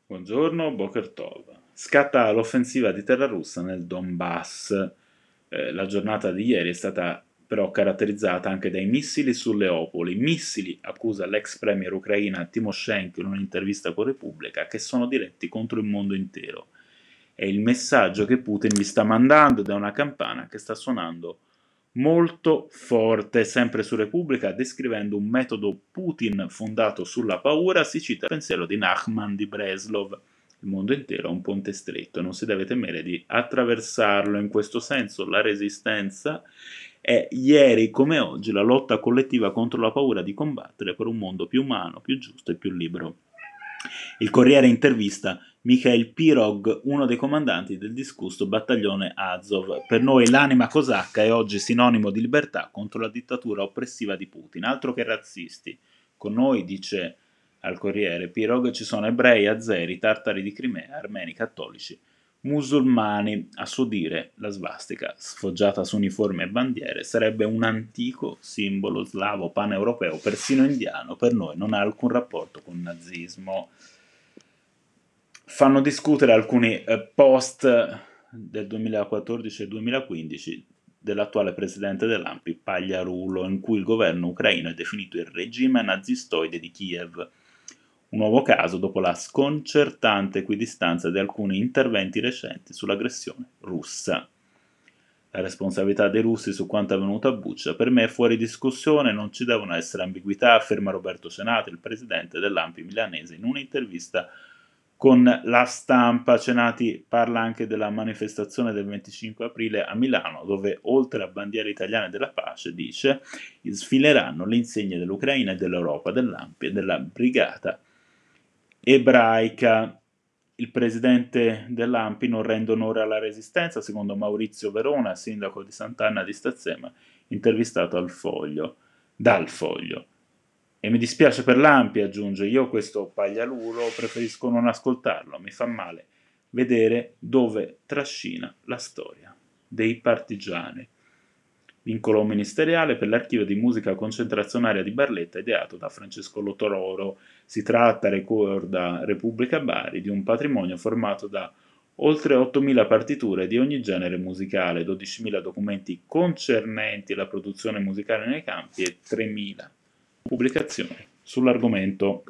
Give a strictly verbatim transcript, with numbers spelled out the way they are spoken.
Buongiorno, Boker Tov. Scatta l'offensiva di terra russa nel Donbass. Eh, la giornata di ieri è stata però caratterizzata anche dai missili su Leopoli. Missili, accusa l'ex premier ucraina Timoshenko in un'intervista con Repubblica, che sono diretti contro il mondo intero. È il messaggio che Putin gli sta mandando da una campana che sta suonando molto forte. Sempre su Repubblica, descrivendo un metodo Putin fondato sulla paura, si cita il pensiero di Nachman di Breslov: il mondo intero è un ponte stretto e non si deve temere di attraversarlo. In questo senso la resistenza è, ieri come oggi, la lotta collettiva contro la paura di combattere per un mondo più umano, più giusto e più libero. Il Corriere intervista Mikhail Pirog, uno dei comandanti del discusso battaglione Azov. Per noi l'anima cosacca è oggi sinonimo di libertà contro la dittatura oppressiva di Putin. Altro che razzisti. Con noi, dice al Corriere Pirog, ci sono ebrei, azeri, tartari di Crimea, armeni, cattolici, musulmani. A suo dire, la svastica, sfoggiata su uniformi e bandiere, sarebbe un antico simbolo slavo paneuropeo, persino indiano. Per noi non ha alcun rapporto con il nazismo. Fanno discutere alcuni eh, post del duemilaquattordici e duemilaquindici dell'attuale presidente dell'A N P I, Pagliarulo, in cui il governo ucraino è definito il regime nazistoide di Kiev. Un nuovo caso dopo la sconcertante equidistanza di alcuni interventi recenti sull'aggressione russa. La responsabilità dei russi su quanto avvenuto a Bucha per me è fuori discussione, non ci devono essere ambiguità, afferma Roberto Cenati, il presidente dell'A N P I milanese, in un'intervista con La Stampa. Cenati parla anche della manifestazione del venticinque aprile a Milano, dove oltre a bandiere italiane della pace, dice, sfileranno le insegne dell'Ucraina e dell'Europa, dell'A N P I e della Brigata Ebraica. Il presidente dell'A N P I non rende onore alla resistenza, secondo Maurizio Verona, sindaco di Sant'Anna di Stazzema, intervistato al Foglio, dal Foglio. E mi dispiace per l'A N P I, aggiunge, io questo Pagliarulo preferisco non ascoltarlo, mi fa male vedere dove trascina la storia dei partigiani. Vincolo ministeriale per l'archivio di musica concentrazionaria di Barletta ideato da Francesco Lotororo. Si tratta, ricorda Repubblica Bari, di un patrimonio formato da oltre ottomila partiture di ogni genere musicale, dodicimila documenti concernenti la produzione musicale nei campi e tremila pubblicazioni sull'argomento.